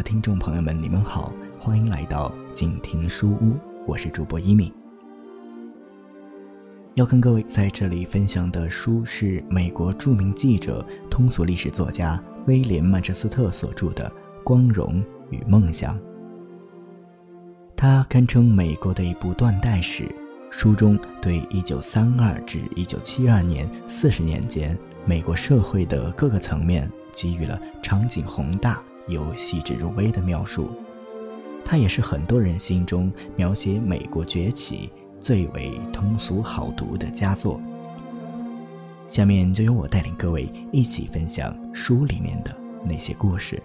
听众朋友们，你们好，欢迎来到静听书屋，我是主播一鸣。要跟各位在这里分享的书是美国著名记者、通俗历史作家威廉·曼彻斯特所著的《光荣与梦想》。它堪称美国的一部断代史，书中对1932至1972年40年间美国社会的各个层面给予了场景宏大又细致入微的描述。它也是很多人心中描写美国崛起最为通俗好读的佳作。下面就由我带领各位一起分享书里面的那些故事。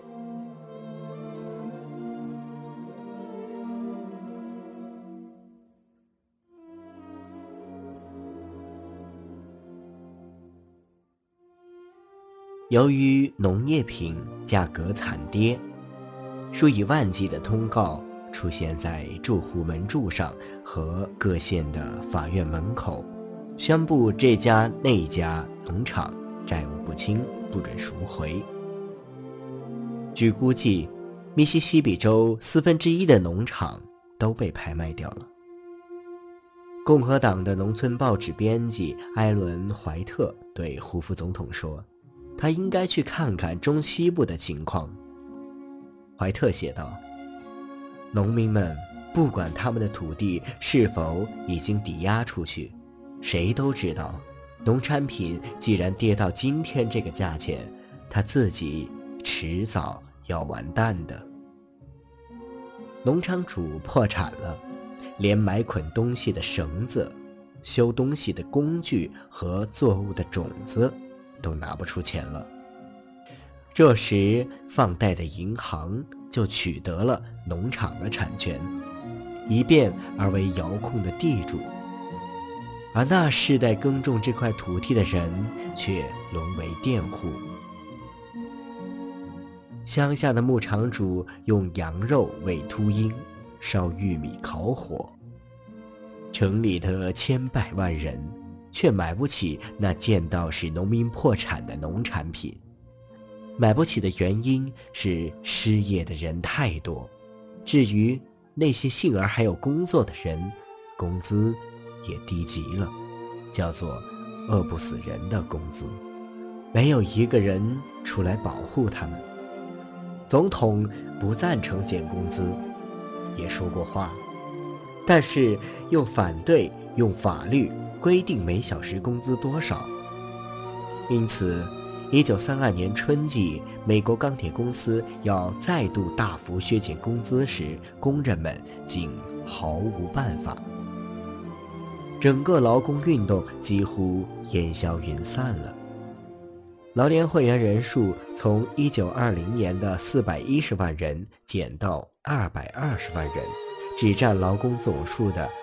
由于农业品价格惨跌，数以万计的通告出现在住户门柱上和各县的法院门口，宣布这家那家农场债务不清，不准赎回。据估计，密西西比州1/4的农场都被拍卖掉了。共和党的农村报纸编辑艾伦·怀特对胡佛总统说，他应该去看看中西部的情况。怀特写道，农民们不管他们的土地是否已经抵押出去，谁都知道农产品既然跌到今天这个价钱，他自己迟早要完蛋的。农场主破产了，连买捆东西的绳子、修东西的工具和作物的种子都拿不出钱了。这时放贷的银行就取得了农场的产权，一变而为遥控的地主，而那世代耕种这块土地的人却沦为佃户。乡下的牧场主用羊肉喂秃鹰，烧玉米烤火，城里的千百万人却买不起那见到使农民破产的农产品。买不起的原因是失业的人太多，至于那些幸而还有工作的人，工资也低极了，叫做饿不死人的工资，没有一个人出来保护他们。总统不赞成减工资，也说过话，但是又反对用法律规定每小时工资多少。因此1932年春季，美国钢铁公司要再度大幅削减工资时，工人们竟毫无办法。整个劳工运动几乎烟消云散了。劳联会员人数从1920年的410万人减到220万人，只占劳工总数的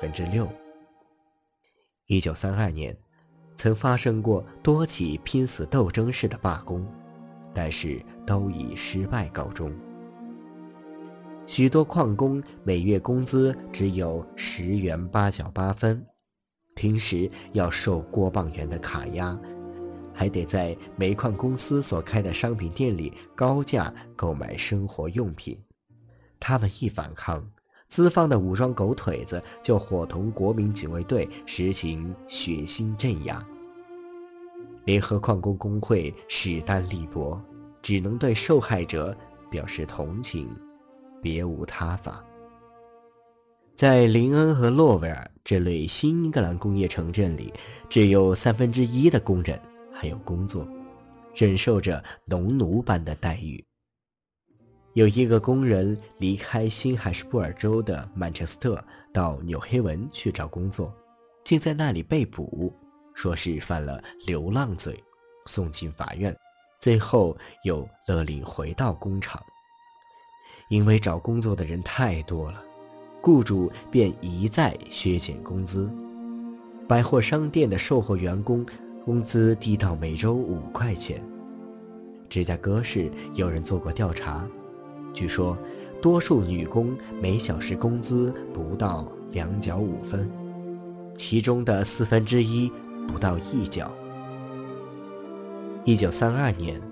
6%。1932年曾发生过多起拼死斗争式的罢工，但是都以失败告终。许多矿工每月工资只有10元8角8分，平时要受郭棒元的卡押，还得在煤矿公司所开的商品店里高价购买生活用品。他们一反抗，资方的武装狗腿子就伙同国民警卫队实行血腥镇压。联合矿工工会势单力薄，只能对受害者表示同情，别无他法。在林恩和洛维尔这类新英格兰工业城镇里，只有1/3的工人还有工作，忍受着农奴般的待遇。有一个工人离开新海士布尔州的曼彻斯特到纽黑文去找工作，竟在那里被捕，说是犯了流浪罪，送进法院，最后又勒令回到工厂。因为找工作的人太多了，雇主便一再削减工资。百货商店的售货员工工资低到每周5块钱。芝加哥市有人做过调查，据说多数女工每小时工资不到2角5分，其中的1/4不到1角。1932年，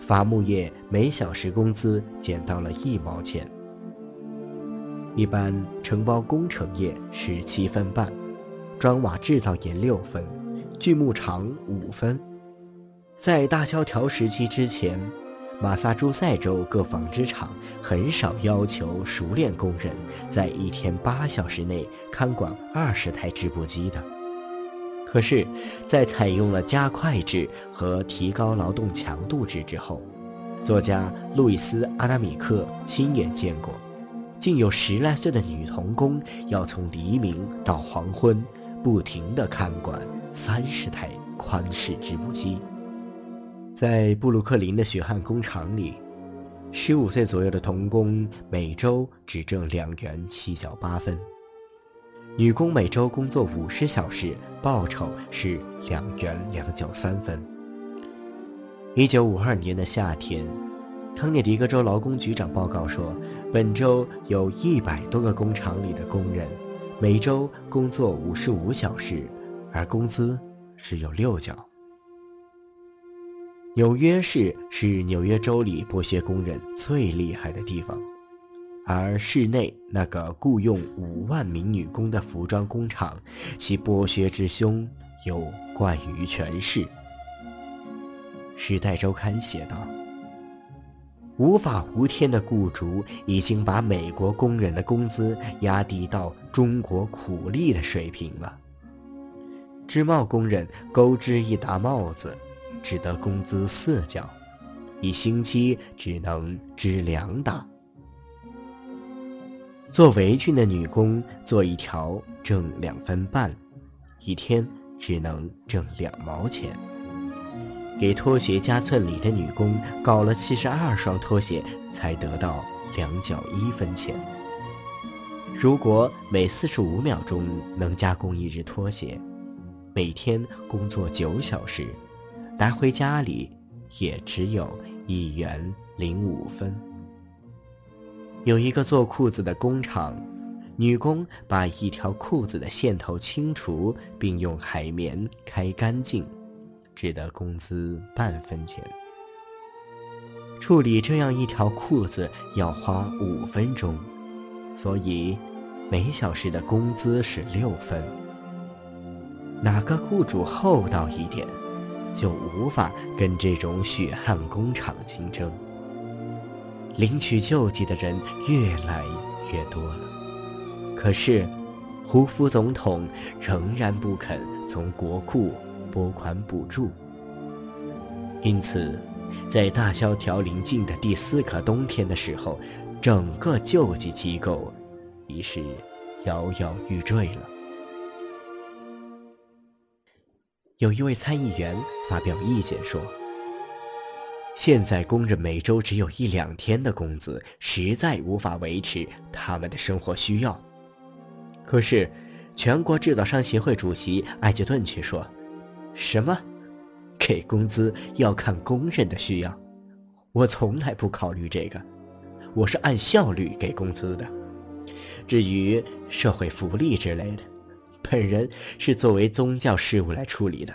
伐木业每小时工资减到了1毛钱。一般承包工程业是7分半，砖瓦制造业6分，锯木厂5分。在大萧条时期之前，马萨诸塞州各纺织厂很少要求熟练工人在1天8小时内看管20台织布机的。可是，在采用了加快制和提高劳动强度制之后，作家路易斯·阿达米克亲眼见过，竟有10来岁的女童工要从黎明到黄昏，不停地看管30台宽式织布机。在布鲁克林的血汗工厂里，15岁左右的童工每周只挣2元7角8分，女工每周工作50小时，报酬是2元2角3分。1952年的夏天，康涅狄格州劳工局长报告说，本州有100多个工厂里的工人每周工作55小时，而工资只有6角。纽约市是纽约州里剥削工人最厉害的地方，而市内那个雇用5万名女工的服装工厂，其剥削之凶有冠于全市。《时代周刊》写道，无法无天的雇主已经把美国工人的工资压低到中国苦力的水平了。织帽工人钩织一打帽子只得工资4角，1星期只能织2打。做围裙的女工做1条挣2分半，1天只能挣2毛钱。给拖鞋加寸里的女工搞了72双拖鞋才得到2角1分钱。如果每45秒钟能加工1只拖鞋，每天工作9小时，拿回家里也只有1元05分。有一个做裤子的工厂，女工把1条裤子的线头清除，并用海绵开干净，只得工资半分钱。处理这样1条裤子要花5分钟，所以每小时的工资是6分。哪个雇主厚道一点，就无法跟这种血汗工厂竞争。领取救济的人越来越多了，可是胡佛总统仍然不肯从国库拨款补助。因此在大萧条临近的第4个冬天的时候，整个救济机构已是摇摇欲坠了。有一位参议员发表意见说，现在工人每周只有1、2天的工资，实在无法维持他们的生活需要。可是全国制造商协会主席艾吉顿却说，什么给工资要看工人的需要，我从来不考虑这个，我是按效率给工资的。至于社会福利之类的，本人是作为宗教事务来处理的。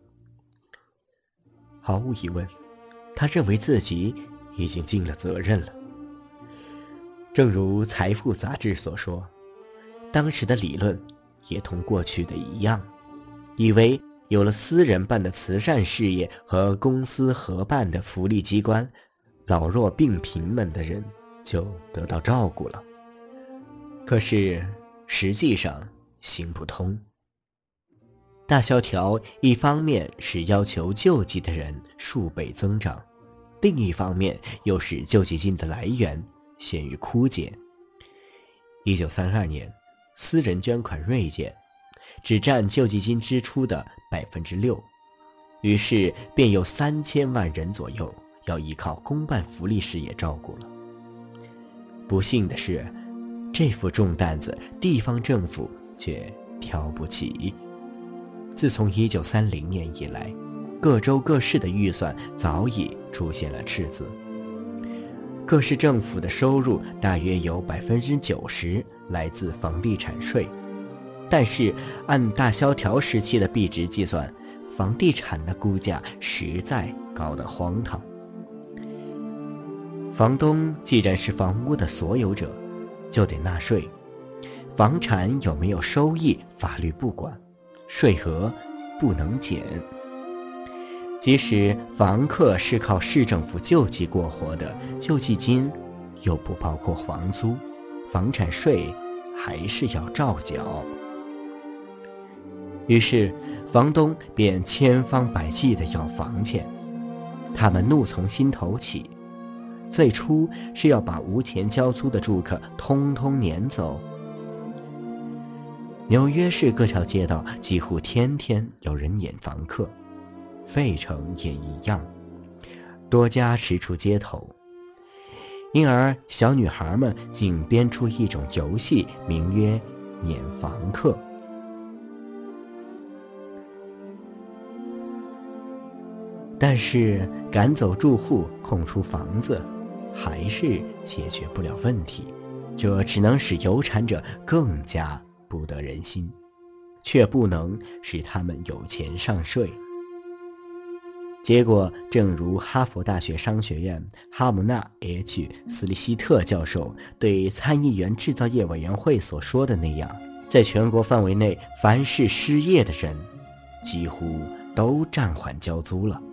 毫无疑问，他认为自己已经尽了责任了。正如《财富》杂志所说，当时的理论也同过去的一样，以为有了私人办的慈善事业和公司合办的福利机关，老弱病贫们的人就得到照顾了。可是实际上行不通。大萧条一方面使要求救济的人数倍增长，另一方面又使救济金的来源陷于枯竭。1932年，私人捐款锐减，只占救济金支出的6%，于是便有3000万人左右要依靠公办福利事业照顾了。不幸的是，这副重担子地方政府却挑不起。自从1930年以来，各州各市的预算早已出现了赤字。各市政府的收入大约有90%来自房地产税，但是按大萧条时期的币值计算，房地产的估价实在高得荒唐。 房东既然是房屋的所有者，就得纳税。房产有没有收益，法律不管，税额不能减。即使房客是靠市政府救济过活的，救济金又不包括房租，房产税还是要照缴。于是房东便千方百计地要房钱，他们怒从心头起，最初是要把无钱交租的住客通通撵走。纽约市各条街道几乎天天有人撵房客，费城也一样，多家驶出街头。因而小女孩们竟编出一种游戏，名曰撵房客。但是赶走住户，空出房子，还是解决不了问题，这只能使有产者更加不得人心，却不能使他们有钱上税。结果正如哈佛大学商学院哈姆纳 H 斯利希特教授对参议员制造业委员会所说的那样，在全国范围内，凡是失业的人几乎都暂缓交租了。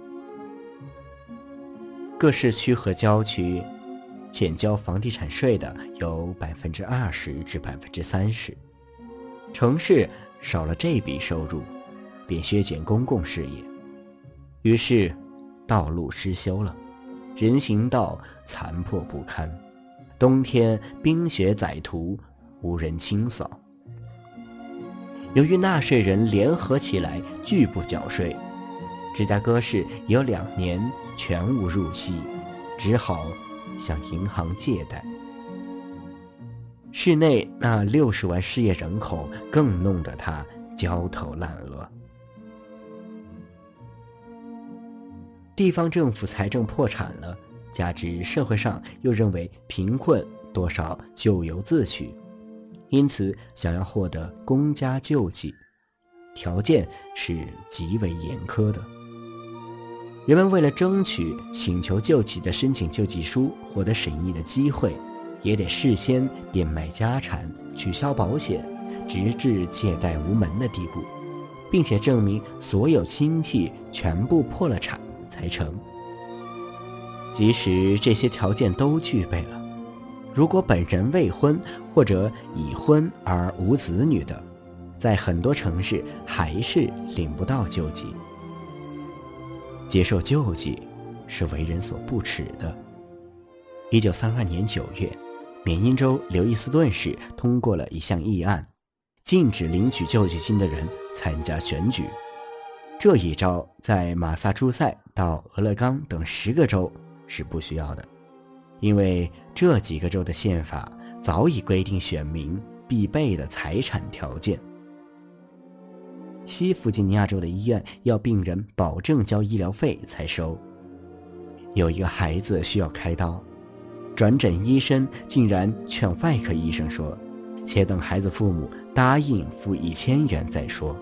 各市区和郊区欠交房地产税的有 20%至 30%， 城市少了这笔收入，便削减公共事业，于是道路失修了，人行道残破不堪，冬天冰雪载途，无人清扫。由于纳税人联合起来拒不缴税，芝加哥市有2年全无入息，只好向银行借贷。市内那60万失业人口更弄得他焦头烂额。地方政府财政破产了，加之社会上又认为贫困多少咎由自取，因此想要获得公家救济，条件是极为严苛的。人们为了争取请求救济的申请救济书获得审议的机会，也得事先变卖家产，取消保险，直至借贷无门的地步，并且证明所有亲戚全部破了产才成。即使这些条件都具备了，如果本人未婚或者已婚而无子女的，在很多城市还是领不到救济。接受救济是为人所不耻的。1932年9月，缅因州刘易斯顿市通过了一项议案，禁止领取救济金的人参加选举。这一招在马萨诸塞到俄勒冈等10个州是不需要的，因为这几个州的宪法早已规定选民必备的财产条件。西弗吉尼亚州的医院要病人保证交医疗费才收。有一个孩子需要开刀，转诊医生竟然劝外科医生说，且等孩子父母答应付1000元再说。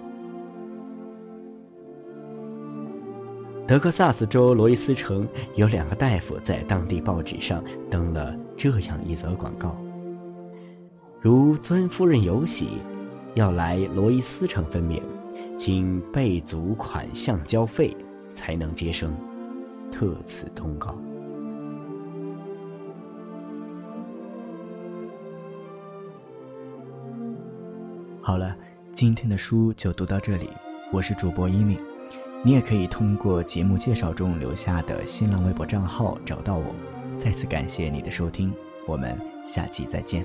德克萨斯州罗伊斯城有2个大夫在当地报纸上登了这样一则广告：如尊夫人有喜，要来罗伊斯城分娩，请备足款项交费才能接生，特此通告。 好了，今天的书就读到这里，我是主播一鸣。你也可以通过节目介绍中留下的新浪微博账号找到我。再次感谢你的收听，我们下期再见。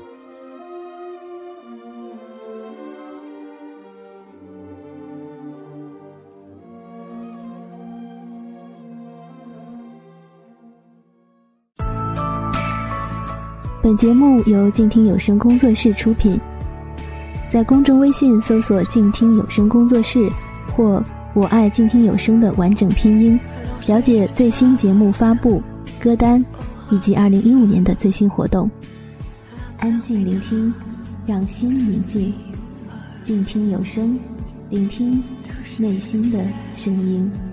本节目由静听有声工作室出品，在公众微信搜索静听有声工作室或我爱静听有声的完整拼音，了解最新节目发布、歌单以及2015年的最新活动。安静聆听，让心宁静，静听有声，聆听内心的声音。